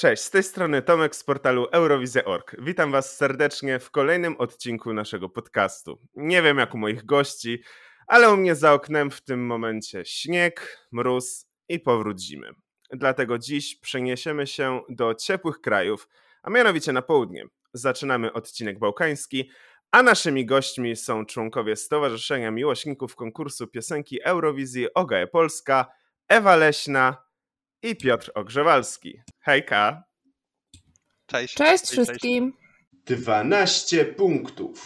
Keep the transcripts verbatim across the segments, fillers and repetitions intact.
Cześć, z tej strony Tomek z portalu Eurowizja kropka org. Witam Was serdecznie w kolejnym odcinku naszego podcastu. Nie wiem jak u moich gości, ale u mnie za oknem w tym momencie śnieg, mróz i powrót zimy. Dlatego dziś przeniesiemy się do ciepłych krajów, a mianowicie na południe. Zaczynamy odcinek bałkański, a naszymi gośćmi są członkowie Stowarzyszenia Miłośników Konkursu Piosenki Eurowizji O G A E Polska, Ewa Leśna i Piotr Ogrzewalski. Hejka! Cześć, Cześć wszystkim! dwanaście punktów.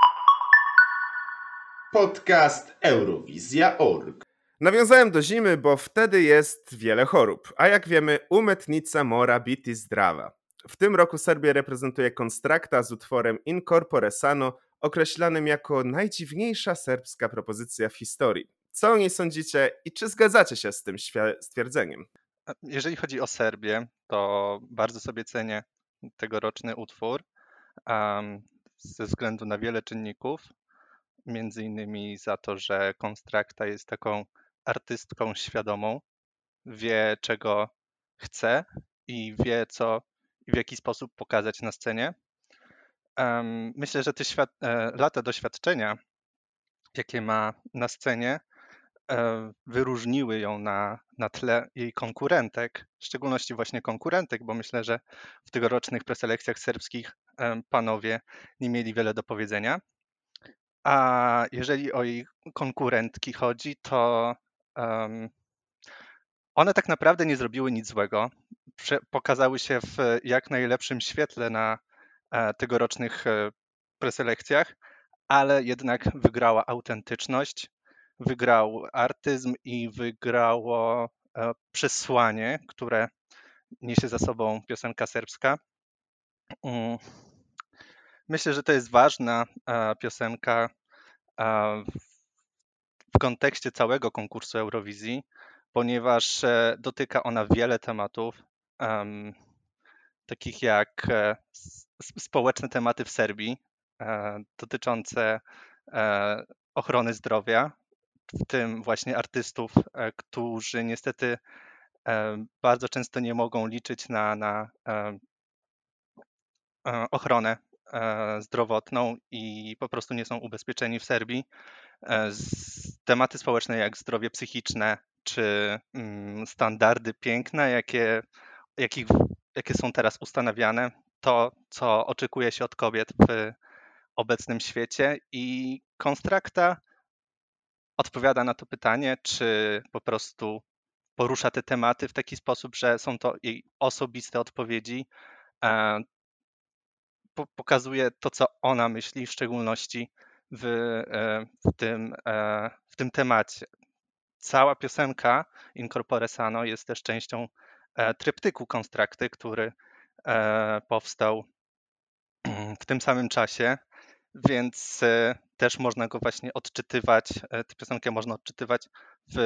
Podcast Eurowizja kropka org. Nawiązałem do zimy, bo wtedy jest wiele chorób, a jak wiemy umetnica mora biti zdrava. W tym roku Serbię reprezentuje Konstrakta z utworem In Corpore Sano, określanym jako najdziwniejsza serbska propozycja w historii. Co o niej sądzicie i czy zgadzacie się z tym stwierdzeniem? Jeżeli chodzi o Serbię, to bardzo sobie cenię tegoroczny utwór um, ze względu na wiele czynników, między innymi za to, że Konstrakta jest taką artystką świadomą, wie czego chce i wie co i w jaki sposób pokazać na scenie. Um, myślę, że te świat, e, lata doświadczenia, jakie ma na scenie, wyróżniły ją na, na tle jej konkurentek, w szczególności właśnie konkurentek, bo myślę, że w tegorocznych preselekcjach serbskich panowie nie mieli wiele do powiedzenia. A jeżeli o jej konkurentki chodzi, to um, one tak naprawdę nie zrobiły nic złego. Prze- pokazały się w jak najlepszym świetle na e, tegorocznych e, preselekcjach, ale jednak wygrała autentyczność, wygrał artyzm i wygrało e, przesłanie, które niesie za sobą piosenka serbska. Mm. Myślę, że to jest ważna e, piosenka e, w kontekście całego konkursu Eurowizji, ponieważ e, dotyka ona wiele tematów, em, takich jak e, s- społeczne tematy w Serbii, e, dotyczące e, ochrony zdrowia, w tym właśnie artystów, e, którzy niestety e, bardzo często nie mogą liczyć na, na e, e, ochronę e, zdrowotną i po prostu nie są ubezpieczeni w Serbii. E, z- Tematy społeczne jak zdrowie psychiczne czy mm, standardy piękna, jakie, jakich, jakie są teraz ustanawiane, to co oczekuje się od kobiet w obecnym świecie i Konstrakta odpowiada na to pytanie, czy po prostu porusza te tematy w taki sposób, że są to jej osobiste odpowiedzi, e, po- pokazuje to, co ona myśli, w szczególności w, e, w, tym, e, w tym temacie. Cała piosenka In Corpore Sano jest też częścią e, tryptyku Konstrakty, który e, powstał w tym samym czasie, więc e, też można go właśnie odczytywać, e, tę piosenkę można odczytywać w,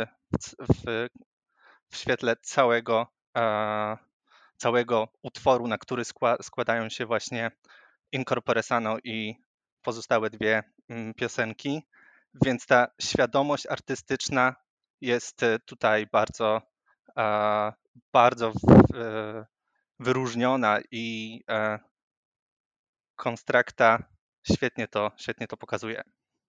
w, w świetle całego, e, całego utworu, na który skła- składają się właśnie In Corpore Sano i pozostałe dwie mm, piosenki, więc ta świadomość artystyczna jest e, tutaj bardzo, e, bardzo w, e, wyróżniona i e, Konstrakta świetnie to, świetnie to pokazuje.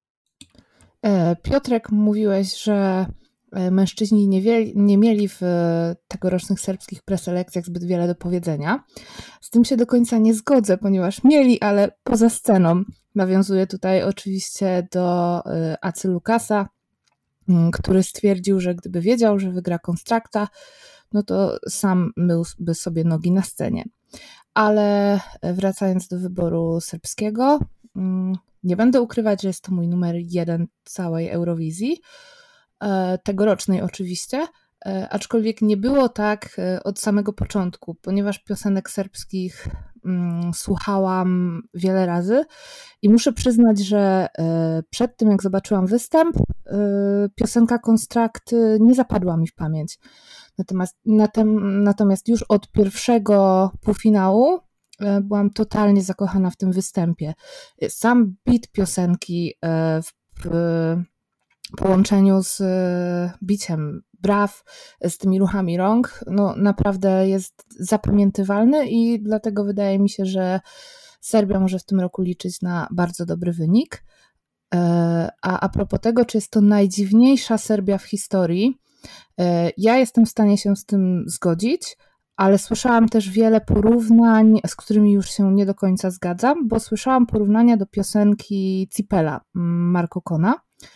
E, Piotrek, mówiłeś, że e, mężczyźni nie, wie, nie mieli w e, tegorocznych serbskich preselekcjach zbyt wiele do powiedzenia. Z tym się do końca nie zgodzę, ponieważ mieli, ale poza sceną. Nawiązuję tutaj oczywiście do e, Acy Lukasa, m, który stwierdził, że gdyby wiedział, że wygra Konstrakta, no to sam myłby sobie nogi na scenie. Ale wracając do wyboru serbskiego, mm, nie będę ukrywać, że jest to mój numer jeden całej Eurowizji, e, tegorocznej oczywiście, e, aczkolwiek nie było tak e, od samego początku, ponieważ piosenek serbskich mm, słuchałam wiele razy i muszę przyznać, że e, przed tym jak zobaczyłam występ, e, piosenka Konstrakty nie zapadła mi w pamięć. Natomiast, natem, natomiast już od pierwszego półfinału e, byłam totalnie zakochana w tym występie. Sam beat piosenki e, w, w połączeniu z e, biciem braw, z tymi ruchami rąk, no naprawdę jest zapamiętywalny i dlatego wydaje mi się, że Serbia może w tym roku liczyć na bardzo dobry wynik. A a propos tego, czy jest to najdziwniejsza Serbia w historii, ja jestem w stanie się z tym zgodzić, ale słyszałam też wiele porównań, z którymi już się nie do końca zgadzam, bo słyszałam porównania do piosenki Cipela Marco Cona.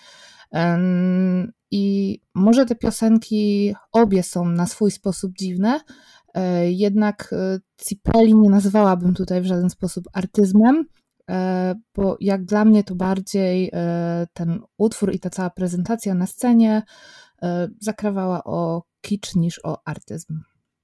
I może te piosenki obie są na swój sposób dziwne, jednak Cipeli nie nazwałabym tutaj w żaden sposób artyzmem, bo jak dla mnie to bardziej ten utwór i ta cała prezentacja na scenie zakrawała o kicz niż o artyzm.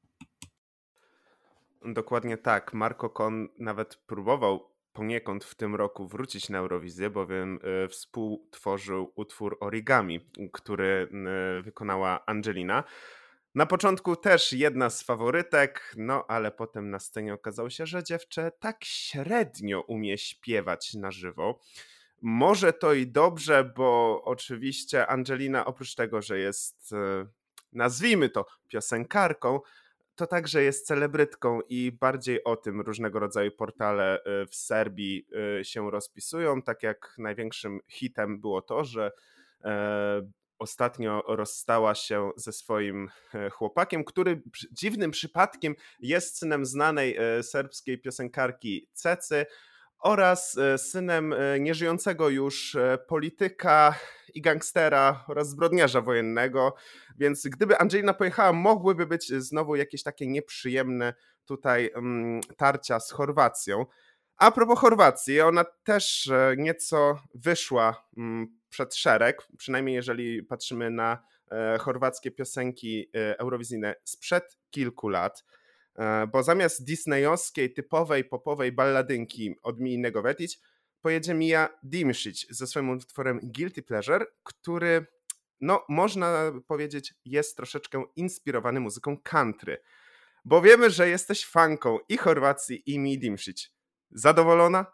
Dokładnie tak. Marco Con nawet próbował poniekąd w tym roku wrócić na Eurowizję, bowiem y, współtworzył utwór Origami, który y, wykonała Angelina. Na początku też jedna z faworytek, no ale potem na scenie okazało się, że dziewczę tak średnio umie śpiewać na żywo. Może to i dobrze, bo oczywiście Angelina oprócz tego, że jest, y, nazwijmy to, piosenkarką, to także jest celebrytką i bardziej o tym różnego rodzaju portale w Serbii się rozpisują. Tak jak największym hitem było to, że ostatnio rozstała się ze swoim chłopakiem, który dziwnym przypadkiem jest synem znanej serbskiej piosenkarki Cecy oraz synem nieżyjącego już polityka i gangstera oraz zbrodniarza wojennego, więc gdyby Angelina pojechała, mogłyby być znowu jakieś takie nieprzyjemne tutaj um, tarcia z Chorwacją. A propos Chorwacji, ona też nieco wyszła um, przed szereg, przynajmniej jeżeli patrzymy na e, chorwackie piosenki e, eurowizyjne sprzed kilku lat, bo zamiast disneyowskiej, typowej, popowej balladynki od Mii Negovetic pojedzie Mia Dimšić ze swoim utworem Guilty Pleasure, który, no można powiedzieć, jest troszeczkę inspirowany muzyką country. Bo wiemy, że jesteś fanką i Chorwacji, i Mii Dimšić. Zadowolona?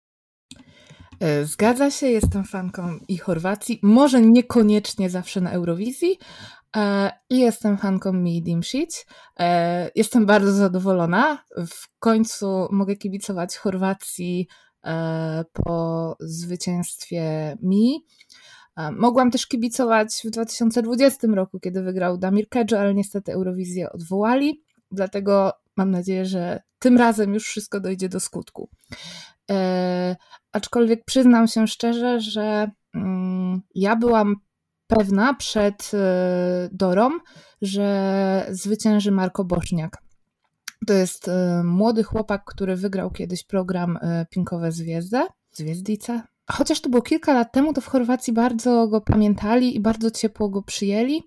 Zgadza się, jestem fanką i Chorwacji, może niekoniecznie zawsze na Eurowizji, i jestem fanką Mii Dimšić. Jestem bardzo zadowolona. W końcu mogę kibicować Chorwacji po zwycięstwie Mii. Mogłam też kibicować w dwa tysiące dwudziestym roku, kiedy wygrał Damir Kedżo, ale niestety Eurowizję odwołali, dlatego mam nadzieję, że tym razem już wszystko dojdzie do skutku. Aczkolwiek przyznam się szczerze, że ja byłam pewna przed Dorą, że zwycięży Marko Bośniak. To jest młody chłopak, który wygrał kiedyś program Pinkowe Zwiezde, Zwiezdice. Chociaż to było kilka lat temu, to w Chorwacji bardzo go pamiętali i bardzo ciepło go przyjęli.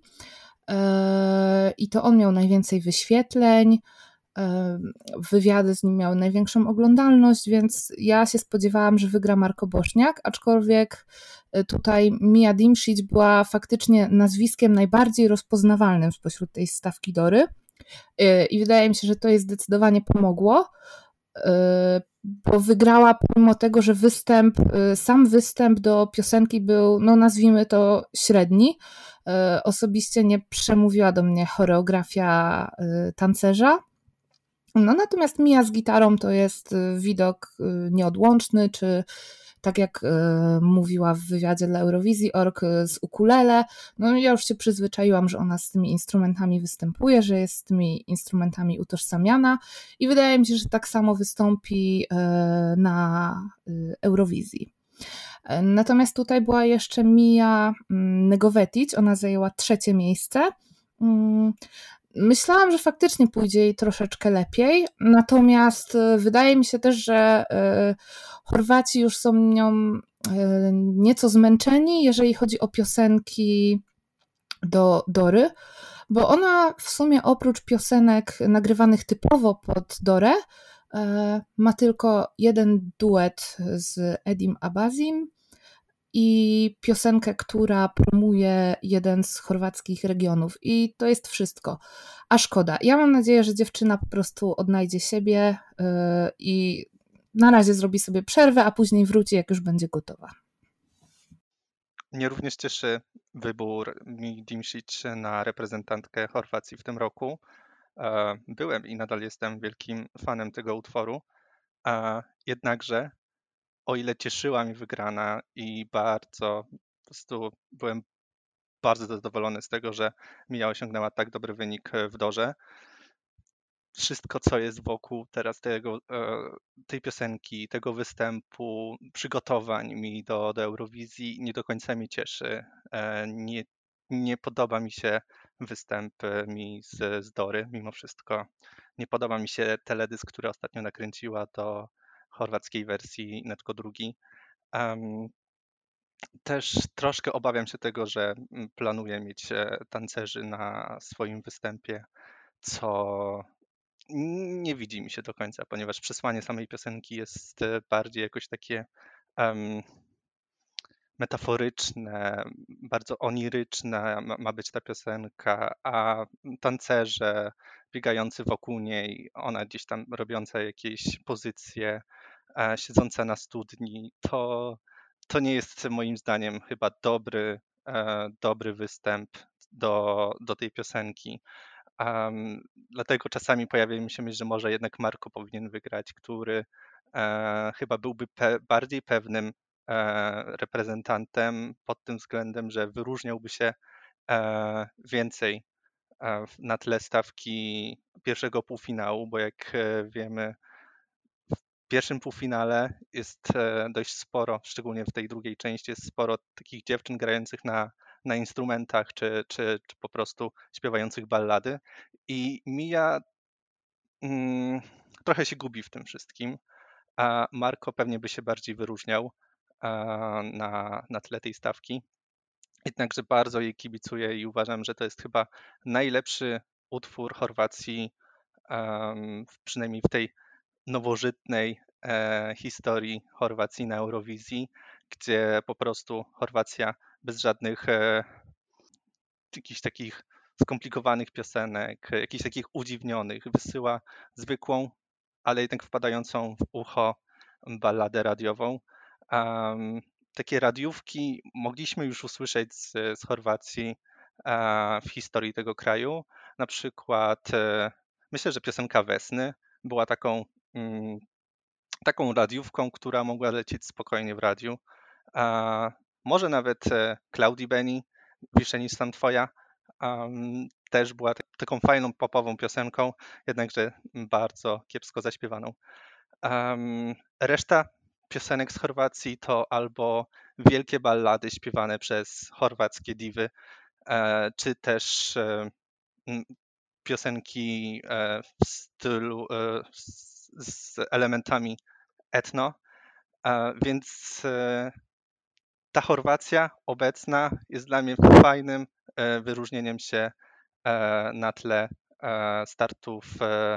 I to on miał najwięcej wyświetleń, wywiady z nim miały największą oglądalność, więc ja się spodziewałam, że wygra Marko Bośniak, aczkolwiek tutaj Mia Dimšić była faktycznie nazwiskiem najbardziej rozpoznawalnym spośród tej stawki Dory i wydaje mi się, że to jej zdecydowanie pomogło, bo wygrała pomimo tego, że występ, sam występ do piosenki był, no nazwijmy to, średni. Osobiście nie przemówiła do mnie choreografia tancerza. No natomiast Mia z gitarą to jest widok nieodłączny, czy tak jak mówiła w wywiadzie dla Eurowizji kropka org z ukulele. No ja już się przyzwyczaiłam, że ona z tymi instrumentami występuje, że jest z tymi instrumentami utożsamiana i wydaje mi się, że tak samo wystąpi na Eurowizji. Natomiast tutaj była jeszcze Mia Negovetic, ona zajęła trzecie miejsce. Myślałam, że faktycznie pójdzie jej troszeczkę lepiej, natomiast wydaje mi się też, że Chorwaci już są nią nieco zmęczeni, jeżeli chodzi o piosenki do Dory, bo ona w sumie oprócz piosenek nagrywanych typowo pod Dorę ma tylko jeden duet z Edim Abazim i piosenkę, która promuje jeden z chorwackich regionów i to jest wszystko. A szkoda. Ja mam nadzieję, że dziewczyna po prostu odnajdzie siebie yy, i na razie zrobi sobie przerwę, a później wróci, jak już będzie gotowa. Mnie również cieszy wybór Mii Dimšić na reprezentantkę Chorwacji w tym roku. E, Byłem i nadal jestem wielkim fanem tego utworu, a jednakże o ile cieszyła mnie wygrana i bardzo po prostu byłem bardzo zadowolony z tego, że Mia osiągnęła tak dobry wynik w dorze, wszystko, co jest wokół teraz tego, e, tej piosenki, tego występu, przygotowań mi do, do Eurowizji nie do końca mnie cieszy. E, Nie, nie podoba mi się występ e, mi z, z Dory, mimo wszystko. Nie podoba mi się teledysk, który ostatnio nakręciła do chorwackiej wersji Netko drugi. Em, Też troszkę obawiam się tego, że mm, planuję mieć e, tancerzy na swoim występie, co nie widzi mi się do końca, ponieważ przesłanie samej piosenki jest e, bardziej jakoś takie em, metaforyczne, bardzo oniryczne ma, ma być ta piosenka, a tancerze biegający wokół niej, ona gdzieś tam robiąca jakieś pozycje, e, siedząca na studni, to, to nie jest moim zdaniem chyba dobry, e, dobry występ do, do tej piosenki. Um, dlatego czasami pojawia mi się myśl, że może jednak Marko powinien wygrać, który e, chyba byłby pe- bardziej pewnym e, reprezentantem pod tym względem, że wyróżniałby się e, więcej e, w- na tle stawki pierwszego półfinału, bo jak e, wiemy, w pierwszym półfinale jest e, dość sporo, szczególnie w tej drugiej części, jest sporo takich dziewczyn grających na, na instrumentach, czy, czy, czy po prostu śpiewających ballady. I Mia mm, trochę się gubi w tym wszystkim, a Marko pewnie by się bardziej wyróżniał e, na, na tle tej stawki. Jednakże bardzo jej kibicuję i uważam, że to jest chyba najlepszy utwór Chorwacji, em, w- przynajmniej w tej nowożytnej e, historii Chorwacji na Eurowizji, gdzie po prostu Chorwacja bez żadnych e, jakichś takich skomplikowanych piosenek, e, jakichś takich udziwnionych, wysyła zwykłą, ale jednak wpadającą w ucho balladę radiową. Um, Takie radiówki mogliśmy już usłyszeć z, z Chorwacji e, w historii tego kraju. Na przykład e, myślę, że piosenka Wesny była taką mm, taką radiówką, która mogła lecieć spokojnie w radiu. A może nawet e, Cloudy Benny, Bliżej niż sam twoja, um, też była tak, taką fajną popową piosenką, jednakże bardzo kiepsko zaśpiewaną. Um, reszta piosenek z Chorwacji to albo wielkie ballady śpiewane przez chorwackie diwy, e, czy też e, m, piosenki e, w stylu e, z, z elementami etno, a więc e, ta Chorwacja obecna jest dla mnie fajnym e, wyróżnieniem się e, na tle e, startów e,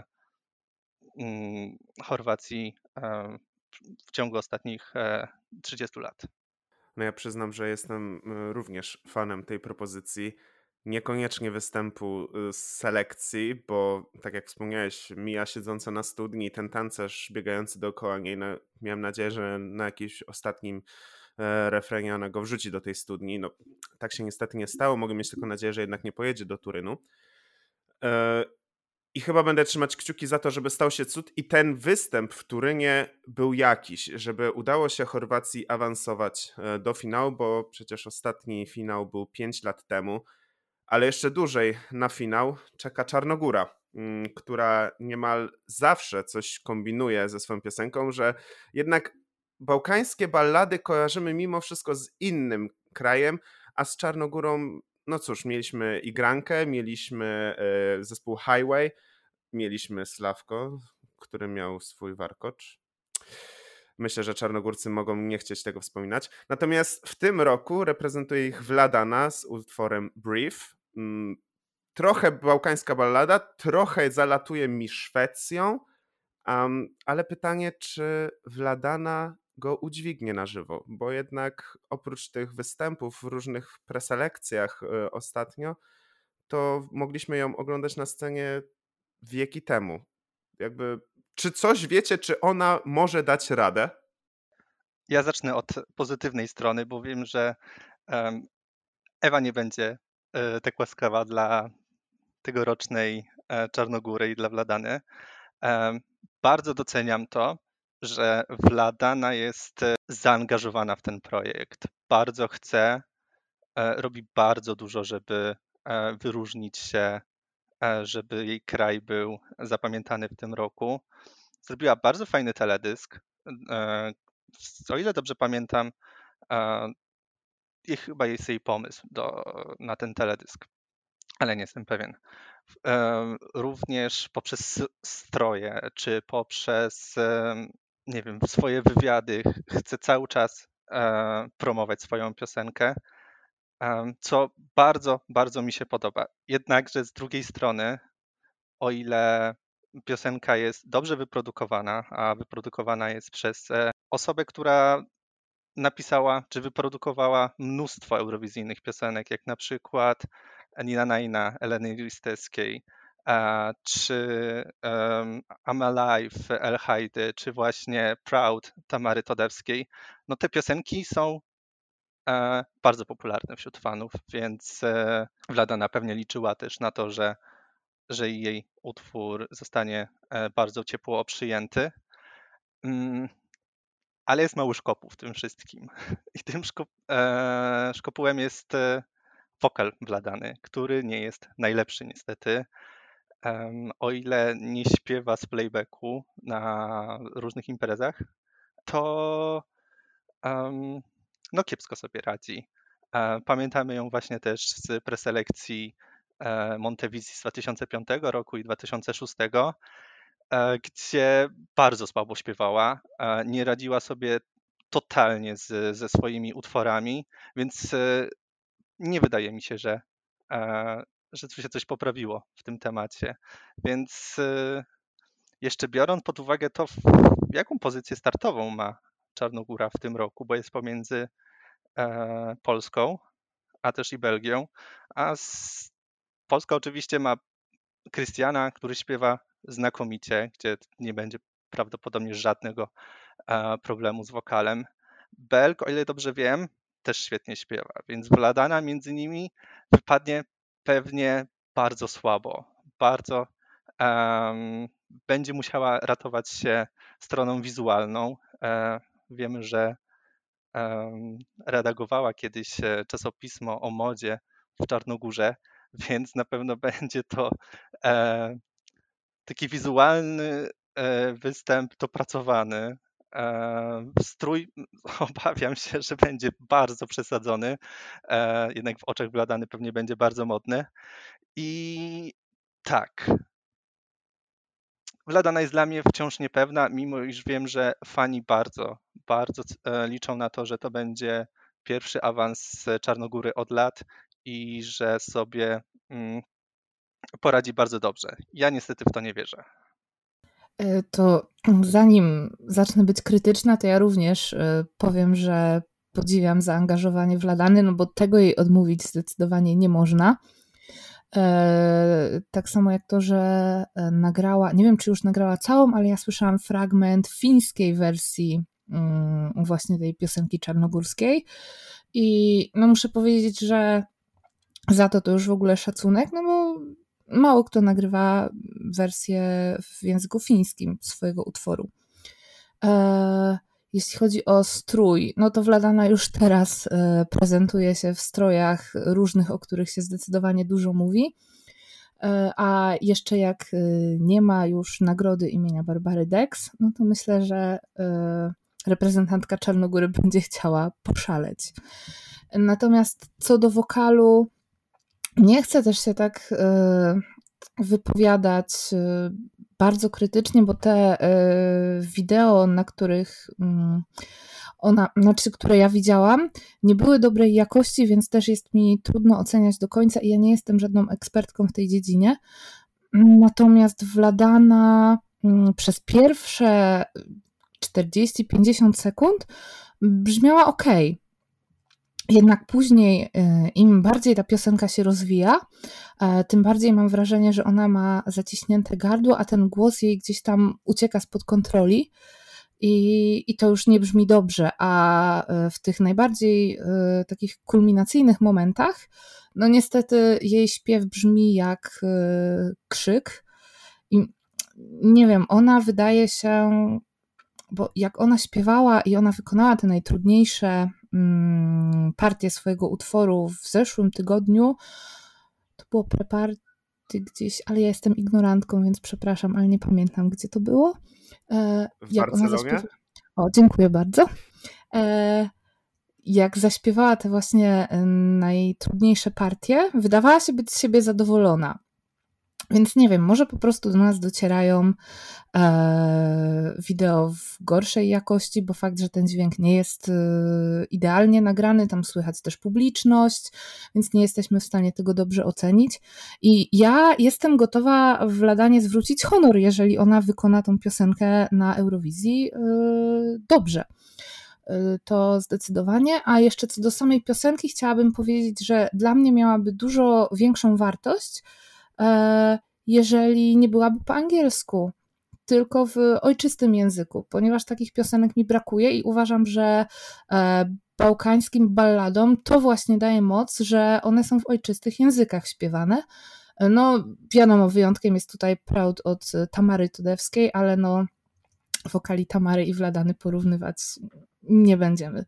mm, Chorwacji e, w ciągu ostatnich e, trzydziestu lat. No ja przyznam, że jestem y, również fanem tej propozycji. Niekoniecznie występu y, z selekcji, bo tak jak wspomniałeś, Mia siedząca na studni, ten tancerz biegający dookoła niej, no, miałem nadzieję, że na jakimś ostatnim e, refrenie ona go wrzuci do tej studni. No, tak się niestety nie stało. Mogę mieć tylko nadzieję, że jednak nie pojedzie do Turynu. E, I chyba będę trzymać kciuki za to, żeby stał się cud i ten występ w Turynie był jakiś, żeby udało się Chorwacji awansować e, do finału, bo przecież ostatni finał był pięć lat temu, ale jeszcze dłużej na finał czeka Czarnogóra, mm, która niemal zawsze coś kombinuje ze swoją piosenką, że jednak bałkańskie ballady kojarzymy mimo wszystko z innym krajem, a z Czarnogórą, no cóż, mieliśmy Igrankę, mieliśmy e, zespół Highway, mieliśmy Slavko, który miał swój warkocz. Myślę, że Czarnogórcy mogą nie chcieć tego wspominać. Natomiast w tym roku reprezentuje ich Vladana z utworem Brief. Mm, Trochę bałkańska ballada, trochę zalatuje mi Szwecją, um, ale pytanie, czy Vladana go udźwignie na żywo, bo jednak oprócz tych występów w różnych preselekcjach y, ostatnio, to mogliśmy ją oglądać na scenie wieki temu. Jakby, czy coś wiecie, czy ona może dać radę? Ja zacznę od pozytywnej strony, bo wiem, że Ewa nie będzie tak łaskawa dla tegorocznej Czarnogóry i dla Wladany. Bardzo doceniam to, że Wladana jest zaangażowana w ten projekt. Bardzo chce, robi bardzo dużo, żeby wyróżnić się, żeby jej kraj był zapamiętany w tym roku. Zrobiła bardzo fajny teledysk. O ile dobrze pamiętam, i chyba jest jej pomysł do, na ten teledysk, ale nie jestem pewien. Również poprzez stroje, czy poprzez, nie wiem, swoje wywiady chce cały czas promować swoją piosenkę, co bardzo, bardzo mi się podoba. Jednakże z drugiej strony, o ile piosenka jest dobrze wyprodukowana, a wyprodukowana jest przez osobę, która napisała czy wyprodukowała mnóstwo eurowizyjnych piosenek, jak na przykład Nina Naina, Eleny Listewskiej, czy um, I'm Alive, El Hajdy, czy właśnie Proud Tamary Todewskiej. No te piosenki są e, bardzo popularne wśród fanów, więc e, Wladana pewnie liczyła też na to, że, że jej utwór zostanie e, bardzo ciepło przyjęty. Mm. Ale jest mały szkopuł w tym wszystkim. I tym szkop, e, szkopułem jest e, wokal Wladany, który nie jest najlepszy niestety. E, o ile nie śpiewa z playbacku na różnych imprezach, to e, no kiepsko sobie radzi. E, pamiętamy ją właśnie też z preselekcji e, Montewizji z dwa tysiące piątego roku i dwa tysiące szóstego, gdzie bardzo słabo śpiewała, nie radziła sobie totalnie z, ze swoimi utworami, więc nie wydaje mi się, że, że tu się coś poprawiło w tym temacie. Więc jeszcze biorąc pod uwagę to, jaką pozycję startową ma Czarnogóra w tym roku, bo jest pomiędzy Polską, a też i Belgią, a z... Polska oczywiście ma Krystiana, który śpiewa znakomicie, gdzie nie będzie prawdopodobnie żadnego problemu z wokalem. Belg, o ile dobrze wiem, też świetnie śpiewa, więc Wladana między nimi wypadnie pewnie bardzo słabo. Bardzo um, będzie musiała ratować się stroną wizualną. E, wiemy, że um, redagowała kiedyś czasopismo o modzie w Czarnogórze, więc na pewno będzie to e, taki wizualny e, występ dopracowany. E, strój obawiam się, że będzie bardzo przesadzony, e, jednak w oczach Wladany pewnie będzie bardzo modny. I tak, Wladana jest dla mnie wciąż niepewna, mimo iż wiem, że fani bardzo, bardzo e, liczą na to, że to będzie pierwszy awans Czarnogóry od lat i że sobie mm, poradzi bardzo dobrze. Ja niestety w to nie wierzę. To zanim zacznę być krytyczna, to ja również powiem, że podziwiam zaangażowanie Wladany, no bo tego jej odmówić zdecydowanie nie można. Tak samo jak to, że nagrała, nie wiem czy już nagrała całą, ale ja słyszałam fragment fińskiej wersji właśnie tej piosenki czarnogórskiej i no muszę powiedzieć, że za to to już w ogóle szacunek, no bo mało kto nagrywa wersję w języku fińskim swojego utworu. E, jeśli chodzi o strój, no to Wladana już teraz e, prezentuje się w strojach różnych, o których się zdecydowanie dużo mówi, e, a jeszcze jak e, nie ma już nagrody imienia Barbary Dex, no to myślę, że e, reprezentantka Czarnogóry będzie chciała poszaleć. Natomiast co do wokalu, nie chcę też się tak y, wypowiadać y, bardzo krytycznie, bo te y, wideo, na których y, ona, znaczy, które ja widziałam, nie były dobrej jakości, więc też jest mi trudno oceniać do końca i ja nie jestem żadną ekspertką w tej dziedzinie. Natomiast Wladana y, przez pierwsze czterdzieści do pięćdziesięciu sekund brzmiała okej. Jednak później im bardziej ta piosenka się rozwija, tym bardziej mam wrażenie, że ona ma zaciśnięte gardło, a ten głos jej gdzieś tam ucieka spod kontroli i, i to już nie brzmi dobrze, a w tych najbardziej y, takich kulminacyjnych momentach, no niestety jej śpiew brzmi jak y, krzyk i nie wiem, ona wydaje się, bo jak ona śpiewała i ona wykonała te najtrudniejsze mm, partie swojego utworu w zeszłym tygodniu, to było preparty gdzieś, ale ja jestem ignorantką, więc przepraszam, ale nie pamiętam, gdzie to było. E, w jak Barcelonie? Ona zaśpiewa... O, dziękuję bardzo. E, jak zaśpiewała te właśnie najtrudniejsze partie, wydawała się być z siebie zadowolona. Więc nie wiem, może po prostu do nas docierają e, wideo w gorszej jakości, bo fakt, że ten dźwięk nie jest e, idealnie nagrany, tam słychać też publiczność, więc nie jesteśmy w stanie tego dobrze ocenić. I ja jestem gotowa w Ladanie zwrócić honor, jeżeli ona wykona tą piosenkę na Eurowizji e, dobrze. E, to zdecydowanie. A jeszcze co do samej piosenki chciałabym powiedzieć, że dla mnie miałaby dużo większą wartość, jeżeli nie byłaby po angielsku, tylko w ojczystym języku, ponieważ takich piosenek mi brakuje i uważam, że bałkańskim balladom to właśnie daje moc, że one są w ojczystych językach śpiewane. No wiadomo, wyjątkiem jest tutaj Proud od Tamary Tudewskiej, ale no wokali Tamary i Wladany porównywać nie będziemy.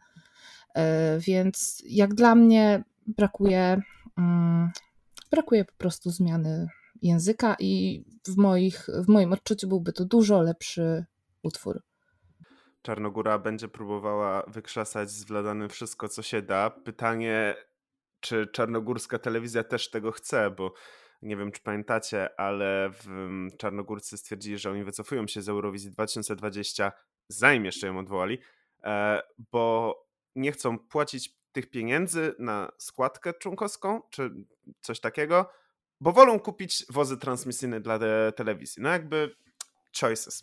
Więc jak dla mnie brakuje Brakuje po prostu zmiany języka i w, moich, w moim odczuciu byłby to dużo lepszy utwór. Czarnogóra będzie próbowała wykrzesać z Wladanym wszystko, co się da. Pytanie, czy czarnogórska telewizja też tego chce, bo nie wiem, czy pamiętacie, ale w Czarnogórcy stwierdzili, że oni wycofują się z Eurowizji dwa tysiące dwudziestego, zanim jeszcze ją odwołali, bo nie chcą płacić tych pieniędzy na składkę członkowską, czy coś takiego, bo wolą kupić wozy transmisyjne dla telewizji. No jakby choices.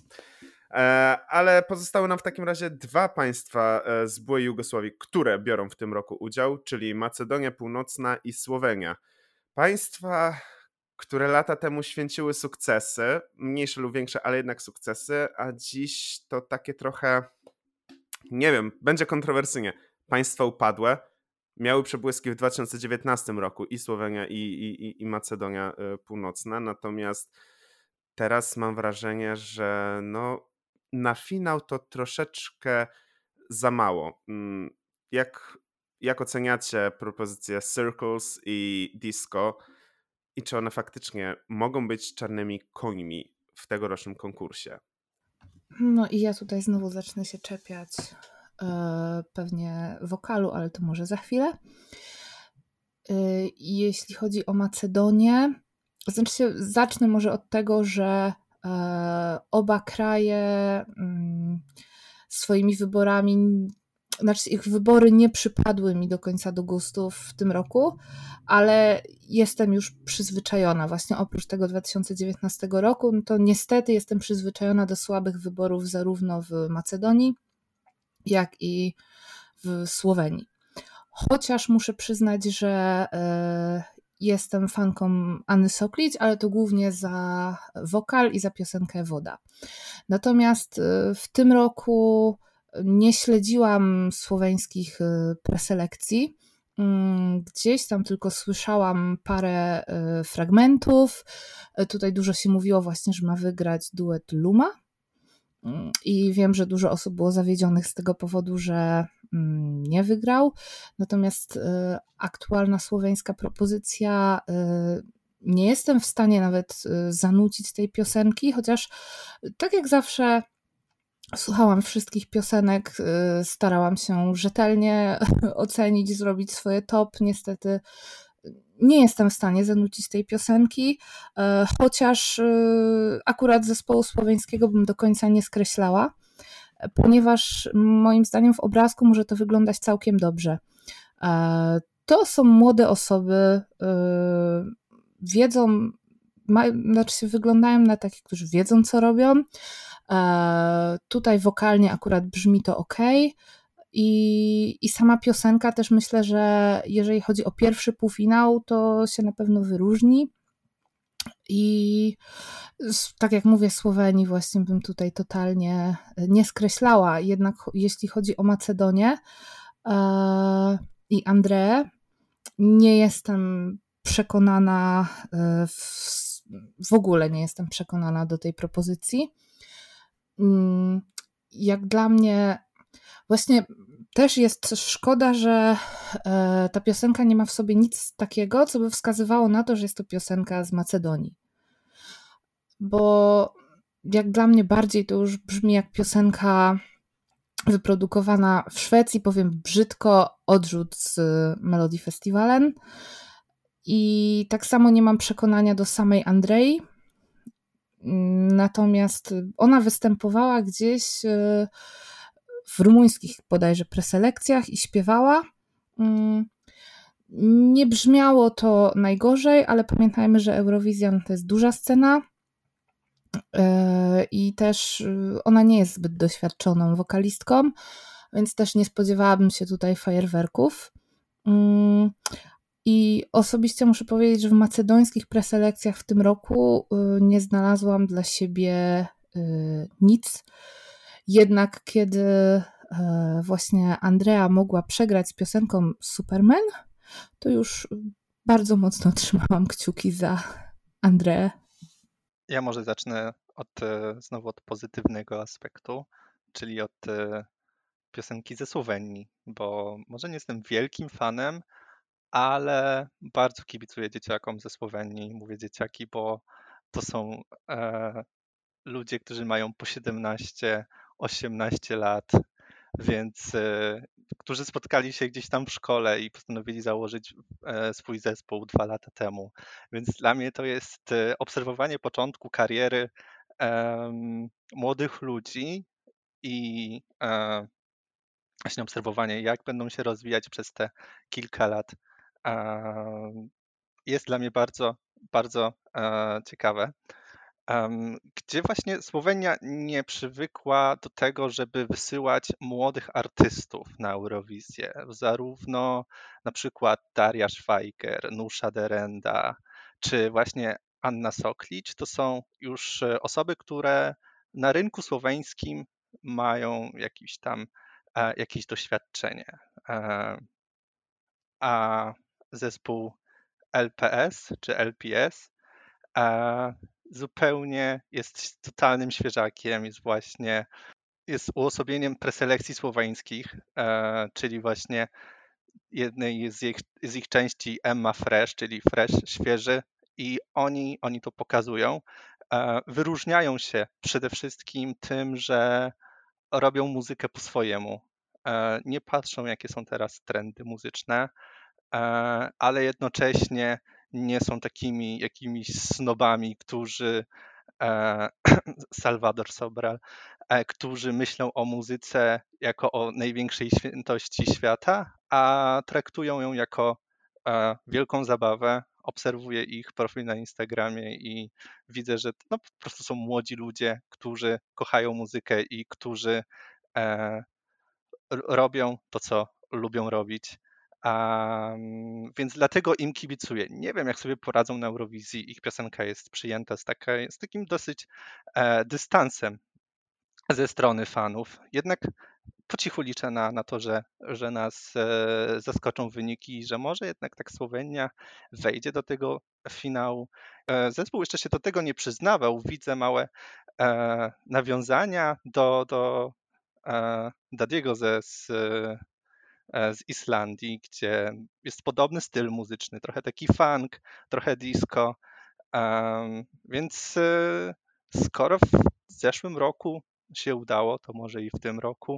Ale pozostały nam w takim razie dwa państwa z byłej Jugosławii, które biorą w tym roku udział, czyli Macedonia Północna i Słowenia. Państwa, które lata temu święciły sukcesy, mniejsze lub większe, ale jednak sukcesy, a dziś to takie trochę, nie wiem, będzie kontrowersyjnie. Państwa upadłe, miały przebłyski w dwa tysiące dziewiętnastym roku i Słowenia i, i, i Macedonia Północna, natomiast teraz mam wrażenie, że no, na finał to troszeczkę za mało. Jak, jak oceniacie propozycje Circles i Disco i czy one faktycznie mogą być czarnymi końmi w tegorocznym konkursie? No i ja tutaj znowu zacznę się czepiać pewnie wokalu, ale to może za chwilę. Jeśli chodzi o Macedonię, znaczy zacznę może od tego, że oba kraje swoimi wyborami, znaczy ich wybory nie przypadły mi do końca do gustu w tym roku, ale jestem już przyzwyczajona. Właśnie oprócz tego dwa tysiące dziewiętnastego roku, no to niestety jestem przyzwyczajona do słabych wyborów zarówno w Macedonii, jak i w Słowenii. Chociaż muszę przyznać, że y, jestem fanką Anny Soklić, ale to głównie za wokal i za piosenkę Woda. Natomiast y, w tym roku nie śledziłam słoweńskich y, preselekcji. Y, gdzieś tam tylko słyszałam parę y, fragmentów. Y, tutaj dużo się mówiło właśnie, że ma wygrać duet Luma. I wiem, że dużo osób było zawiedzionych z tego powodu, że nie wygrał. Natomiast aktualna słoweńska propozycja, nie jestem w stanie nawet zanucić tej piosenki, chociaż tak jak zawsze słuchałam wszystkich piosenek, starałam się rzetelnie ocenić, zrobić swoje top. Niestety nie jestem w stanie zanucić tej piosenki, chociaż akurat zespołu słoweńskiego bym do końca nie skreślała, ponieważ moim zdaniem w obrazku może to wyglądać całkiem dobrze. To są młode osoby, wiedzą, znaczy się wyglądają na takich, którzy wiedzą, co robią. Tutaj wokalnie akurat brzmi to ok. I, I sama piosenka też myślę, że jeżeli chodzi o pierwszy półfinał, to się na pewno wyróżni. I tak jak mówię, Słowenii właśnie bym tutaj totalnie nie skreślała. Jednak jeśli chodzi o Macedonię e, i Andreę, nie jestem przekonana, w, w ogóle nie jestem przekonana do tej propozycji. Jak dla mnie właśnie też jest szkoda, że ta piosenka nie ma w sobie nic takiego, co by wskazywało na to, że jest to piosenka z Macedonii. Bo jak dla mnie bardziej to już brzmi jak piosenka wyprodukowana w Szwecji, powiem brzydko, odrzut z Melody Festivalen. I tak samo nie mam przekonania do samej Andrei. Natomiast ona występowała gdzieś w rumuńskich bodajże preselekcjach i śpiewała. Nie brzmiało to najgorzej, ale pamiętajmy, że Eurowizjon to jest duża scena i też ona nie jest zbyt doświadczoną wokalistką, więc też nie spodziewałabym się tutaj fajerwerków. I osobiście muszę powiedzieć, że w macedońskich preselekcjach w tym roku nie znalazłam dla siebie nic. Jednak kiedy właśnie Andrea mogła przegrać z piosenką Superman, to już bardzo mocno trzymałam kciuki za Andreę. Ja może zacznę od, znowu od pozytywnego aspektu, czyli od piosenki ze Słowenii, bo może nie jestem wielkim fanem, ale bardzo kibicuję dzieciakom ze Słowenii. Mówię dzieciaki, bo to są e, ludzie, którzy mają po siedemnaście osiemnaście lat, więc e, którzy spotkali się gdzieś tam w szkole i postanowili założyć e, swój zespół dwa lata temu. Więc dla mnie to jest e, obserwowanie początku kariery e, młodych ludzi i e, właśnie obserwowanie, jak będą się rozwijać przez te kilka lat, jest dla mnie bardzo, bardzo ciekawe. Gdzie właśnie Słowenia nie przywykła do tego, żeby wysyłać młodych artystów na Eurowizję. Zarówno na przykład Daria Szwajger, Nusza Derenda, czy właśnie Anna Soklić, to są już osoby, które na rynku słoweńskim mają jakieś tam jakieś doświadczenie. A zespół L P S czy L P S zupełnie jest totalnym świeżakiem, jest właśnie jest uosobieniem preselekcji słoweńskich, czyli właśnie jednej z ich, z ich części Emma Fresh, czyli Fresh, świeży, i oni, oni to pokazują. Wyróżniają się przede wszystkim tym, że robią muzykę po swojemu. Nie patrzą, jakie są teraz trendy muzyczne, ale jednocześnie nie są takimi jakimiś snobami, którzy Salvador Sobral, którzy myślą o muzyce jako o największej świętości świata, a traktują ją jako wielką zabawę. Obserwuję ich profil na Instagramie i widzę, że no, po prostu są młodzi ludzie, którzy kochają muzykę i którzy robią to, co lubią robić. Um, więc dlatego im kibicuję. Nie wiem, jak sobie poradzą na Eurowizji. Ich piosenka jest przyjęta z, taka, z takim dosyć e, dystansem ze strony fanów. Jednak po cichu liczę na, na to, że, że nas e, zaskoczą wyniki i że może jednak tak Słowenia wejdzie do tego finału. E, zespół jeszcze się do tego nie przyznawał. Widzę małe e, nawiązania do, do e, Dadiego ze z, z Islandii, gdzie jest podobny styl muzyczny, trochę taki funk, trochę disco, więc skoro w zeszłym roku się udało, to może i w tym roku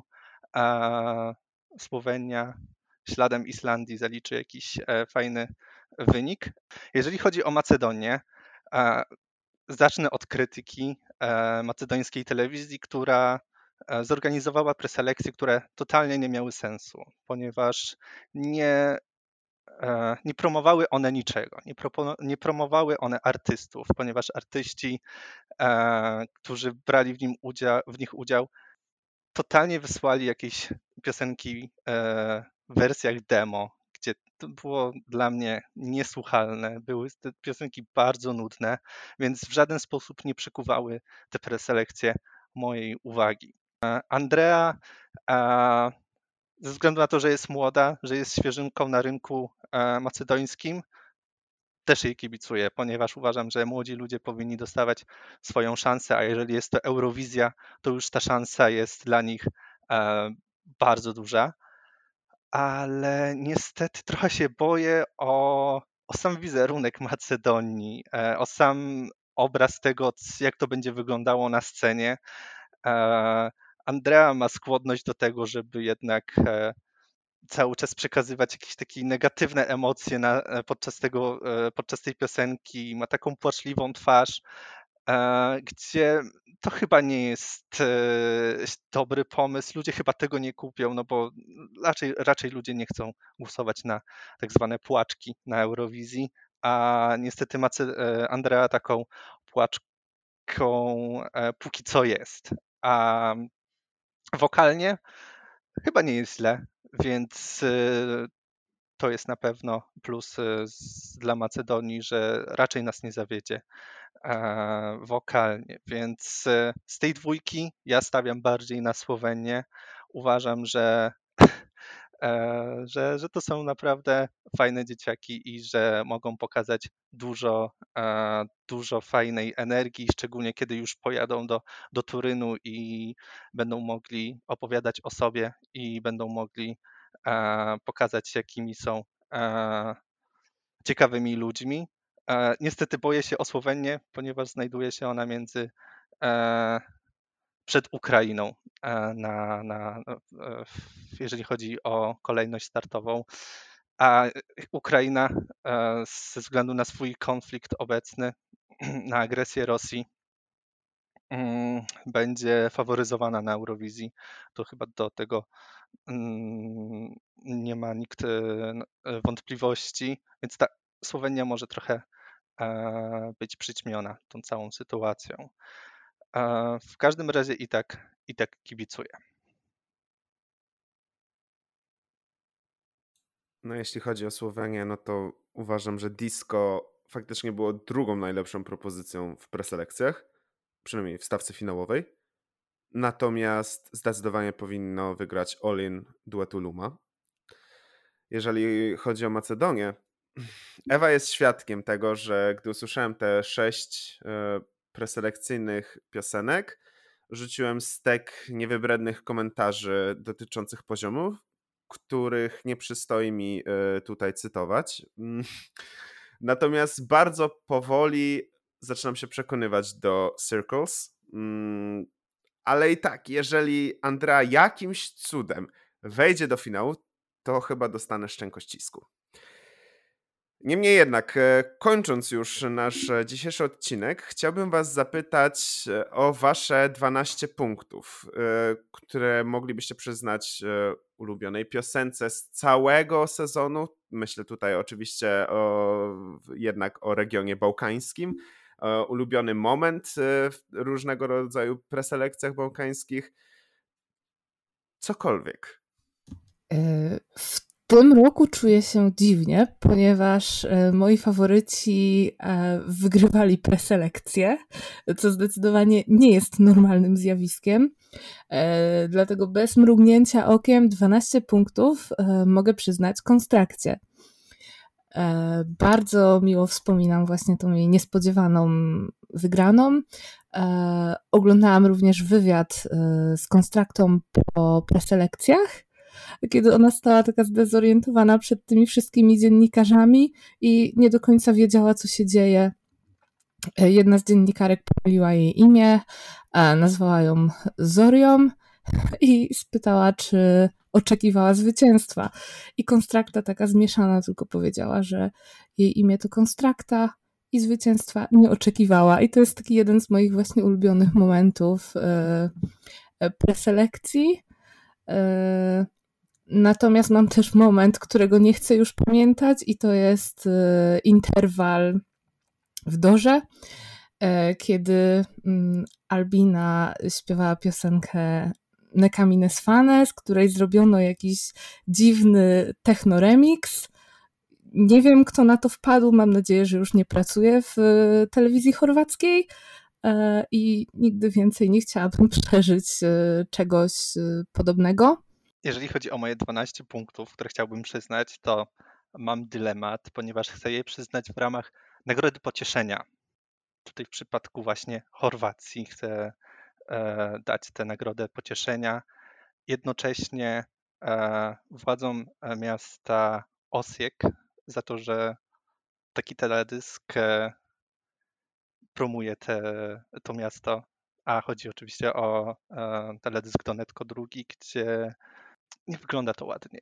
Słowenia śladem Islandii zaliczy jakiś fajny wynik. Jeżeli chodzi o Macedonię, zacznę od krytyki macedońskiej telewizji, która zorganizowała preselekcje, które totalnie nie miały sensu, ponieważ nie, nie promowały one niczego, nie, propo, nie promowały one artystów, ponieważ artyści, którzy brali w, nim udział, w nich udział, totalnie wysłali jakieś piosenki w wersjach demo, gdzie to było dla mnie niesłuchalne. Były te piosenki bardzo nudne, więc w żaden sposób nie przykuwały te preselekcje mojej uwagi. Andrea, ze względu na to, że jest młoda, że jest świeżynką na rynku macedońskim, też jej kibicuję, ponieważ uważam, że młodzi ludzie powinni dostawać swoją szansę, a jeżeli jest to Eurowizja, to już ta szansa jest dla nich bardzo duża. Ale niestety trochę się boję o, o sam wizerunek Macedonii, o sam obraz tego, jak to będzie wyglądało na scenie. Andrea ma skłonność do tego, żeby jednak cały czas przekazywać jakieś takie negatywne emocje na, podczas, tego, podczas tej piosenki. Ma taką płaczliwą twarz, gdzie to chyba nie jest dobry pomysł. Ludzie chyba tego nie kupią, no bo raczej, raczej ludzie nie chcą głosować na tak zwane płaczki na Eurowizji, a niestety Mace- Andrea taką płaczką póki co jest. A wokalnie chyba nie jest źle, więc to jest na pewno plus dla Macedonii, że raczej nas nie zawiedzie wokalnie, więc z tej dwójki ja stawiam bardziej na Słowenię. Uważam, że, że, że to są naprawdę fajne dzieciaki i że mogą pokazać dużo, dużo fajnej energii, szczególnie kiedy już pojadą do, do Turynu i będą mogli opowiadać o sobie i będą mogli pokazać, jakimi są ciekawymi ludźmi. Niestety boję się o Słowenię, ponieważ znajduje się ona między przed Ukrainą, na, na, jeżeli chodzi o kolejność startową, a Ukraina ze względu na swój konflikt obecny, na agresję Rosji, będzie faworyzowana na Eurowizji. To chyba do tego nie ma nikt wątpliwości, więc ta Słowenia może trochę być przyćmiona tą całą sytuacją. W każdym razie i tak, i tak kibicuję. No jeśli chodzi o Słowenię, no to uważam, że Disco faktycznie było drugą najlepszą propozycją w preselekcjach, przynajmniej w stawce finałowej. Natomiast zdecydowanie powinno wygrać All In duetu Luma. Jeżeli chodzi o Macedonię, Ewa jest świadkiem tego, że gdy usłyszałem te sześć preselekcyjnych piosenek, rzuciłem stek niewybrednych komentarzy dotyczących poziomów, których nie przystoi mi tutaj cytować. Natomiast bardzo powoli zaczynam się przekonywać do Circles. Ale i tak, jeżeli Andrea jakimś cudem wejdzie do finału, to chyba dostanę szczękościsku. Niemniej jednak, kończąc już nasz dzisiejszy odcinek, chciałbym was zapytać o wasze dwanaście punktów, które moglibyście przyznać ulubionej piosence z całego sezonu. Myślę tutaj oczywiście o, jednak o regionie bałkańskim. Ulubiony moment w różnego rodzaju preselekcjach bałkańskich. Cokolwiek. W tym roku czuję się dziwnie, ponieważ moi faworyci wygrywali preselekcje, co zdecydowanie nie jest normalnym zjawiskiem. Dlatego bez mrugnięcia okiem dwanaście punktów mogę przyznać Konstrakcie. Bardzo miło wspominam właśnie tą jej niespodziewaną wygraną. Oglądałam również wywiad z Konstraktą po preselekcjach, kiedy ona stała taka zdezorientowana przed tymi wszystkimi dziennikarzami i nie do końca wiedziała, co się dzieje. Jedna z dziennikarek pomyliła jej imię, nazwała ją Zorią i spytała, czy oczekiwała zwycięstwa. I Konstrakta taka zmieszana tylko powiedziała, że jej imię to Konstrakta i zwycięstwa nie oczekiwała. I to jest taki jeden z moich właśnie ulubionych momentów preselekcji. Natomiast mam też moment, którego nie chcę już pamiętać i to jest interwal w Dorze, kiedy Albina śpiewała piosenkę Nekamines Fane, z której zrobiono jakiś dziwny techno-remix. Nie wiem, kto na to wpadł, mam nadzieję, że już nie pracuje w telewizji chorwackiej i nigdy więcej nie chciałabym przeżyć czegoś podobnego. Jeżeli chodzi o moje dwanaście punktów, które chciałbym przyznać, to mam dylemat, ponieważ chcę je przyznać w ramach Nagrody Pocieszenia. Tutaj w przypadku właśnie Chorwacji chcę e, dać tę Nagrodę Pocieszenia. Jednocześnie e, władzom miasta Osijek za to, że taki teledysk e, promuje te, to miasto, a chodzi oczywiście o e, teledysk Donetko drugi, gdzie nie wygląda to ładnie.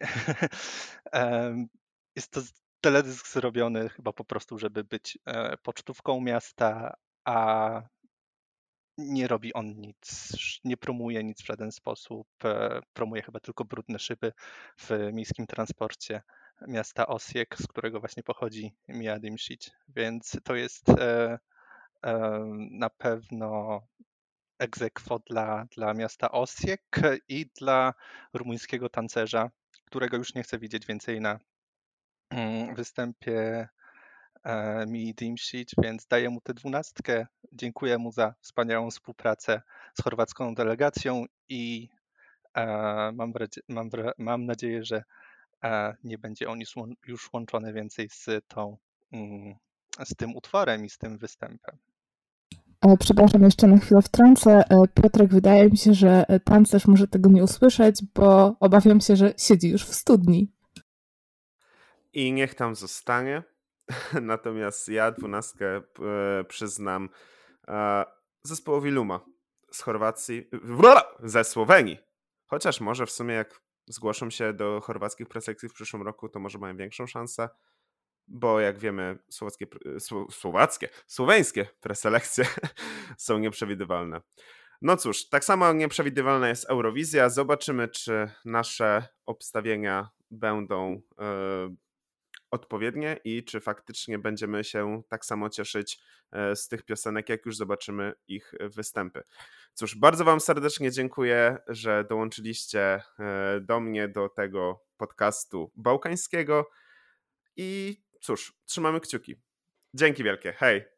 Jest to teledysk zrobiony chyba po prostu, żeby być e, pocztówką miasta, a nie robi on nic, nie promuje nic w żaden sposób. e, Promuje chyba tylko brudne szyby w miejskim transporcie miasta Osijek, z którego właśnie pochodzi Mia Dimšić, więc to jest e, e, na pewno ex aequo dla, dla miasta Osijek i dla rumuńskiego tancerza, którego już nie chcę widzieć więcej na mm, występie e, Mii Dimšić, więc daję mu tę dwunastkę. Dziękuję mu za wspaniałą współpracę z chorwacką delegacją i e, mam, wradzie- mam, wra- mam nadzieję, że e, nie będzie on już, łą- już łączony więcej z tą mm, z tym utworem i z tym występem. Przepraszam, jeszcze na chwilę wtrącę. Piotrek, wydaje mi się, że tancerz może tego nie usłyszeć, bo obawiam się, że siedzi już w studni. I niech tam zostanie. Natomiast ja dwunastkę e, przyznam e, zespołowi Luma z Chorwacji, ze Słowenii. Chociaż może w sumie jak zgłoszą się do chorwackich preselekcji w przyszłym roku, to może mają większą szansę, bo jak wiemy, słowackie, sło, słowackie, słoweńskie preselekcje są nieprzewidywalne. No cóż, tak samo nieprzewidywalna jest Eurowizja. Zobaczymy, czy nasze obstawienia będą e, odpowiednie i czy faktycznie będziemy się tak samo cieszyć z tych piosenek, jak już zobaczymy ich występy. Cóż, bardzo wam serdecznie dziękuję, że dołączyliście do mnie, do tego podcastu bałkańskiego i cóż, trzymamy kciuki. Dzięki wielkie, hej!